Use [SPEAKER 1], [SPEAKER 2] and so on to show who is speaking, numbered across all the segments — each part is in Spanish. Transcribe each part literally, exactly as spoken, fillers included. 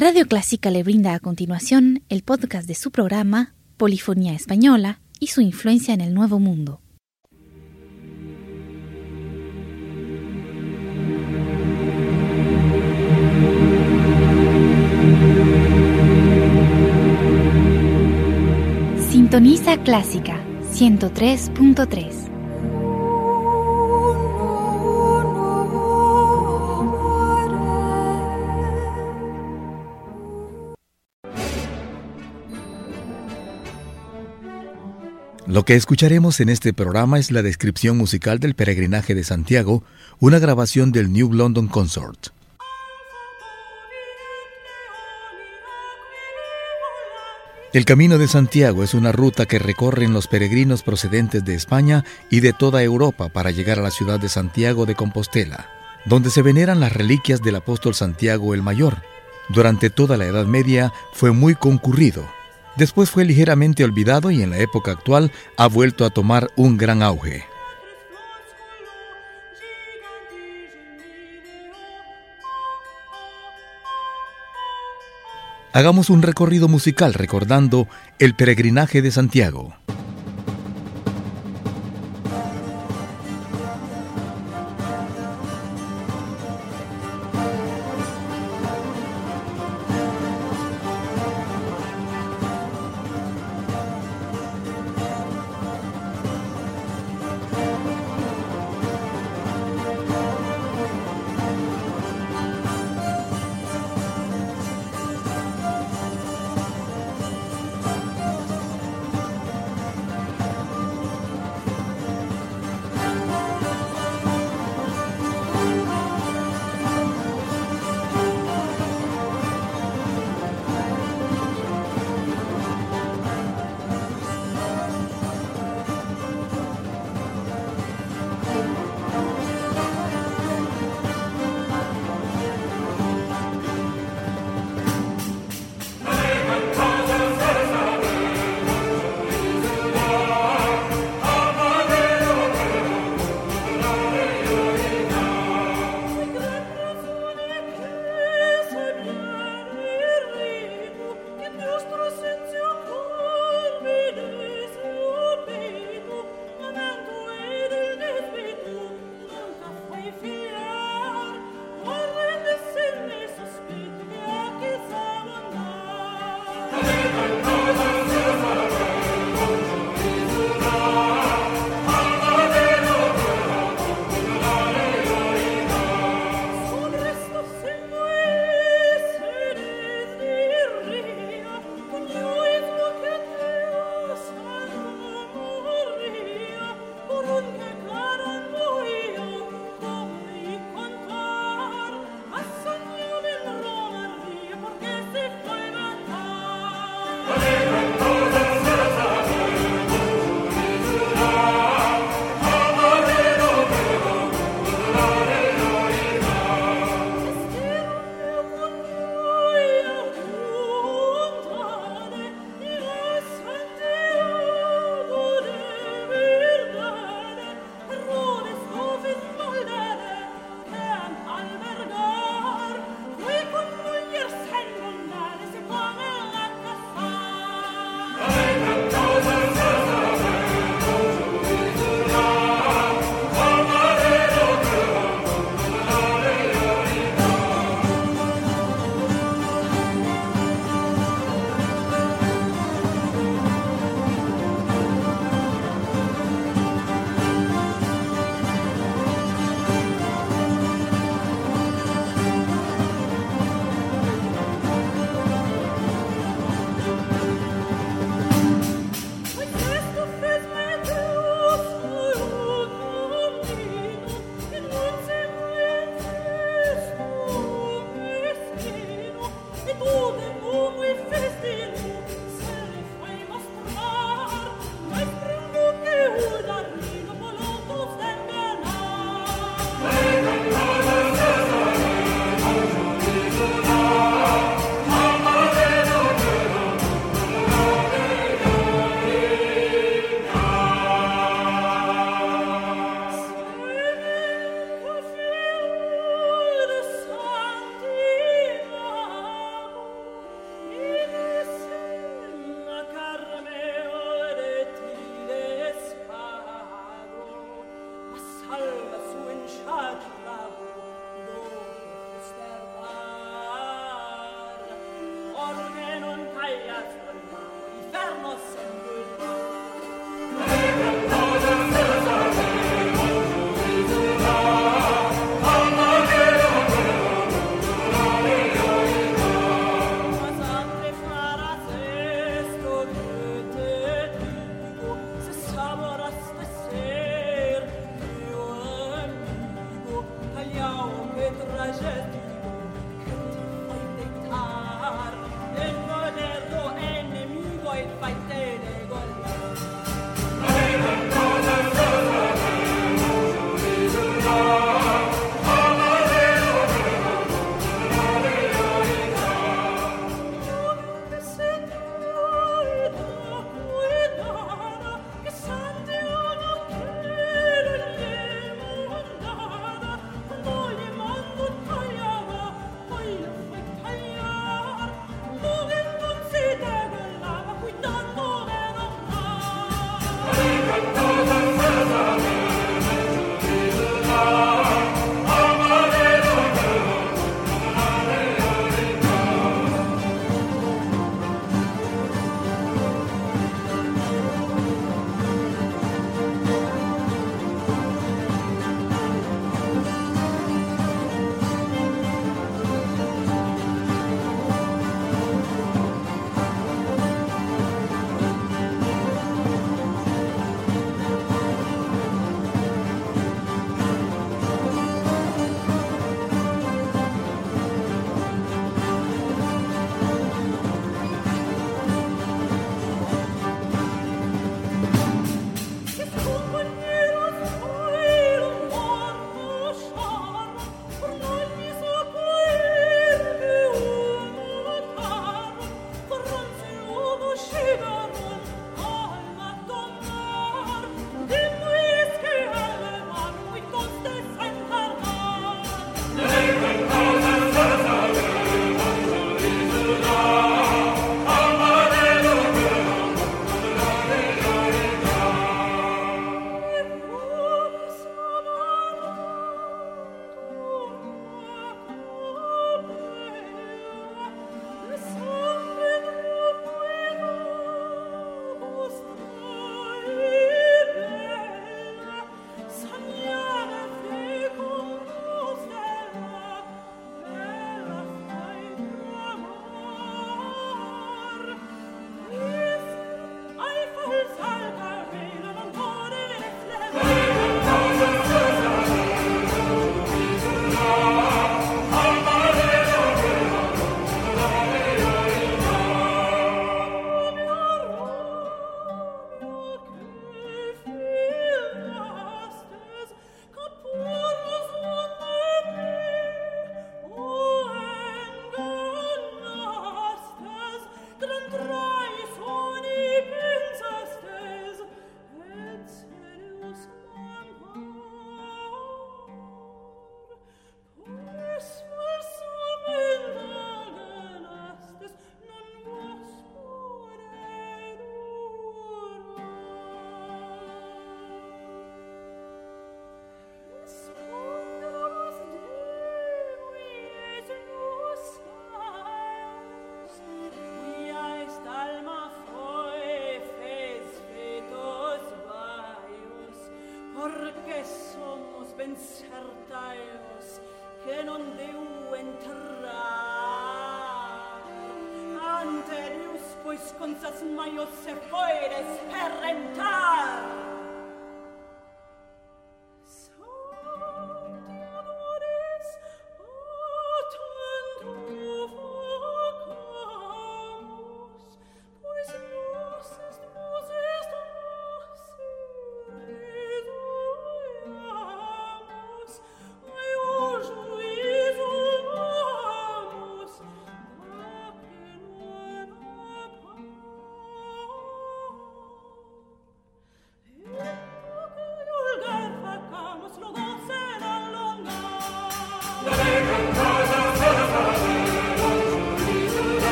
[SPEAKER 1] Radio Clásica le brinda a continuación el podcast de su programa Polifonía Española y su influencia en el Nuevo Mundo. Sintoniza Clásica ciento tres punto tres.
[SPEAKER 2] Lo que escucharemos en este programa es la descripción musical del Peregrinaje de Santiago, una grabación del New London Consort. El Camino de Santiago es una ruta que recorren los peregrinos procedentes de España y de toda Europa para llegar a la ciudad de Santiago de Compostela, donde se veneran las reliquias del apóstol Santiago el Mayor. Durante toda la Edad Media fue muy concurrido. Después fue ligeramente olvidado y en la época actual ha vuelto a tomar un gran auge. Hagamos un recorrido musical recordando el Peregrinaje de Santiago.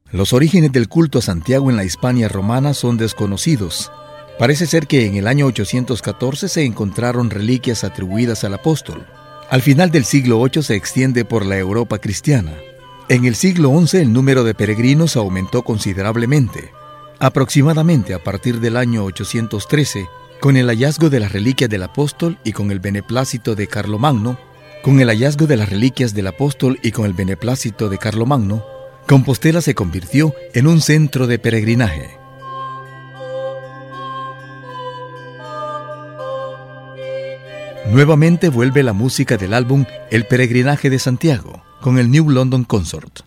[SPEAKER 2] Los orígenes del culto a Santiago en la Hispania romana son desconocidos. Parece ser que en el año ochocientos catorce se encontraron reliquias atribuidas al apóstol. Al final del siglo octavo se extiende por la Europa cristiana. En el siglo once el número de peregrinos aumentó considerablemente. Aproximadamente a partir del año ochocientos trece, con el hallazgo de las reliquias del apóstol y con el beneplácito de Carlomagno, con el hallazgo de las reliquias del apóstol y con el beneplácito de Carlomagno, Compostela se convirtió en un centro de peregrinaje. Nuevamente vuelve la música del álbum El Peregrinaje de Santiago, con el New London Consort.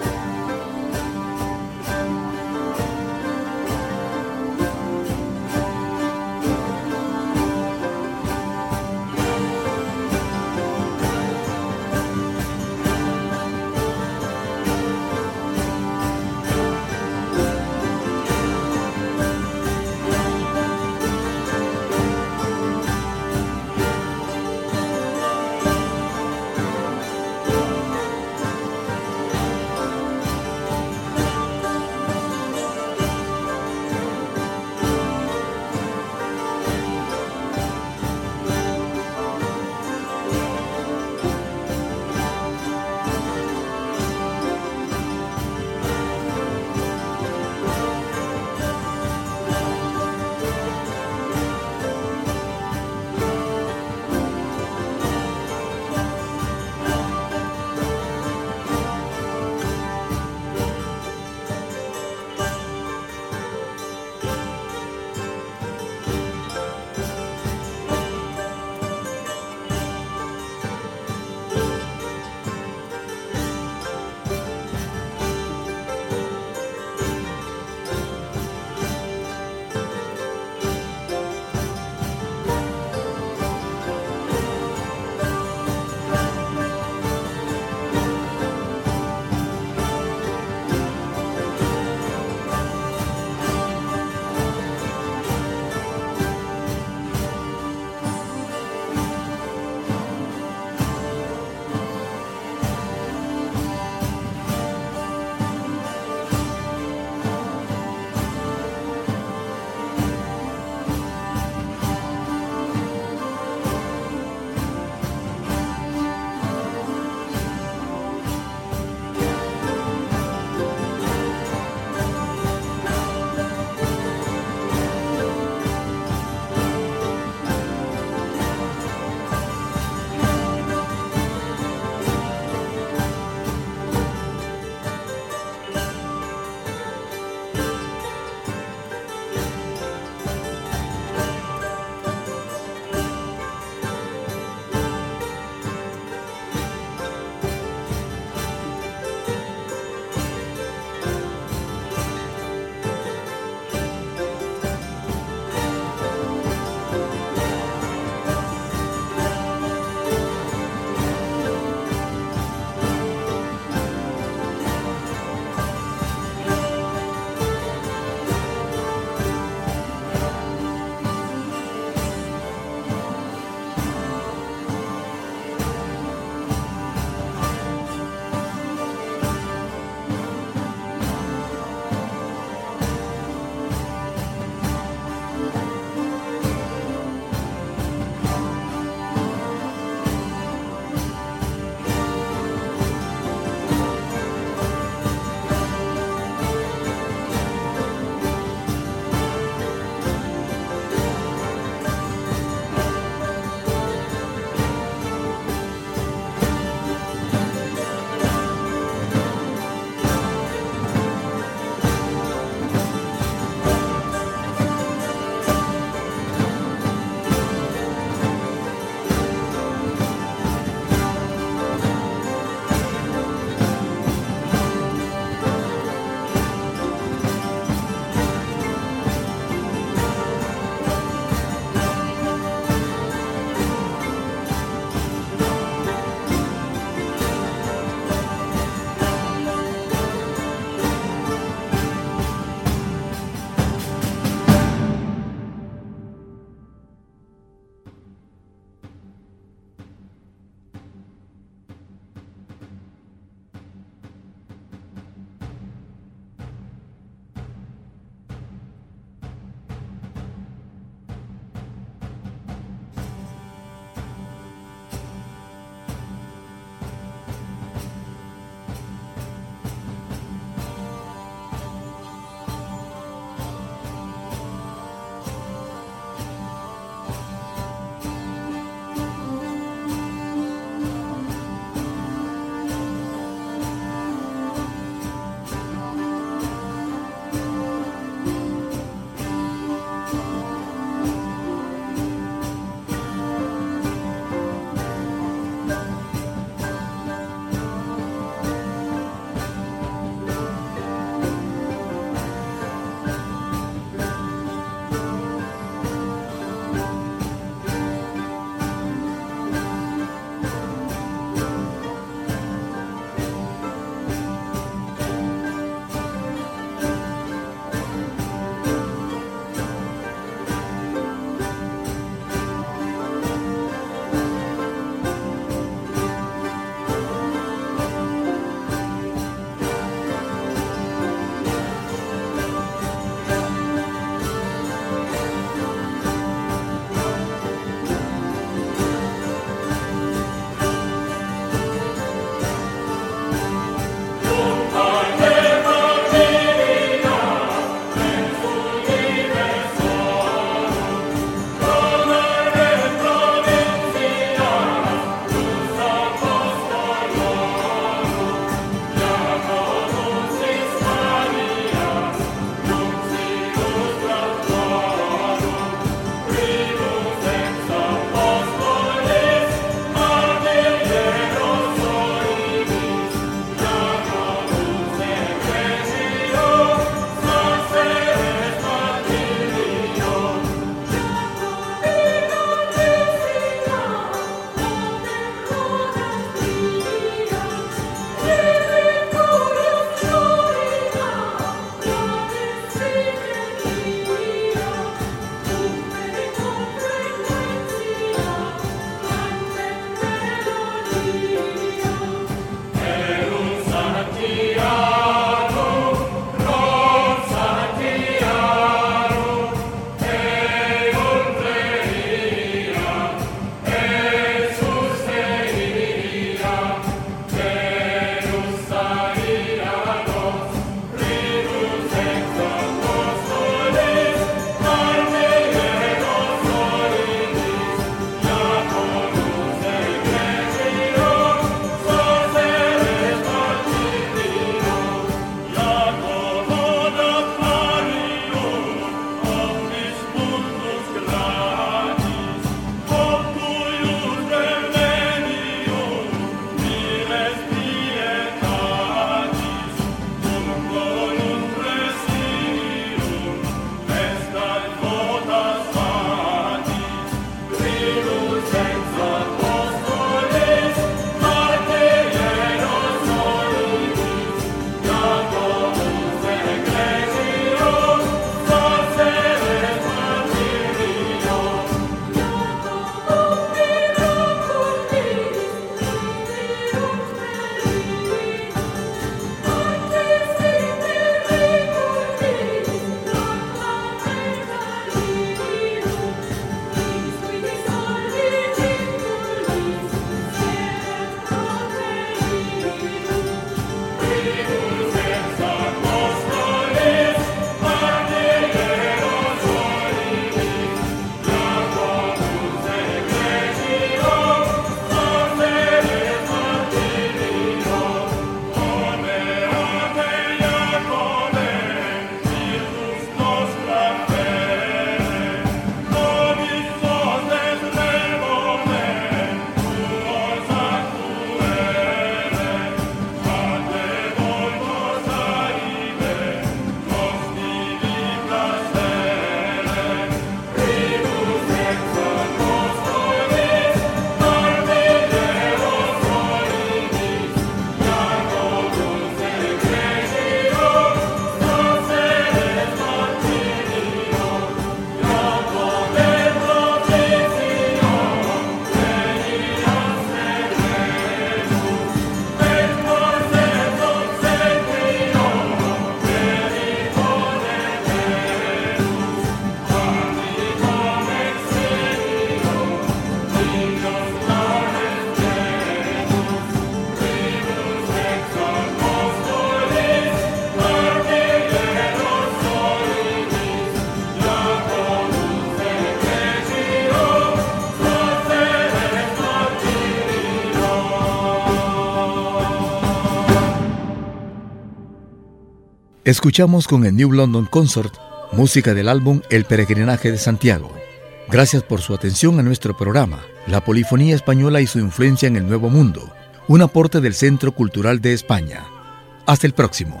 [SPEAKER 2] Escuchamos con el New London Consort música del álbum El Peregrinaje de Santiago. Gracias por su atención a nuestro programa, La Polifonía Española y su influencia en el Nuevo Mundo, un aporte del Centro Cultural de España. Hasta el próximo.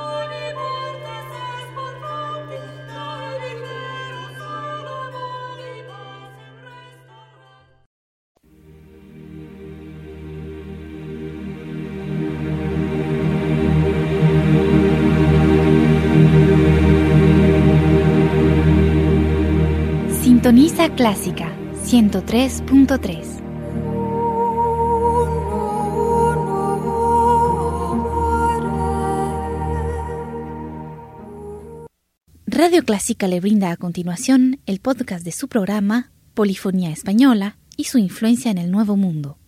[SPEAKER 1] Sintoniza Clásica ciento tres punto tres. Radio Clásica le brinda a continuación el podcast de su programa Polifonía Española y su influencia en el Nuevo Mundo.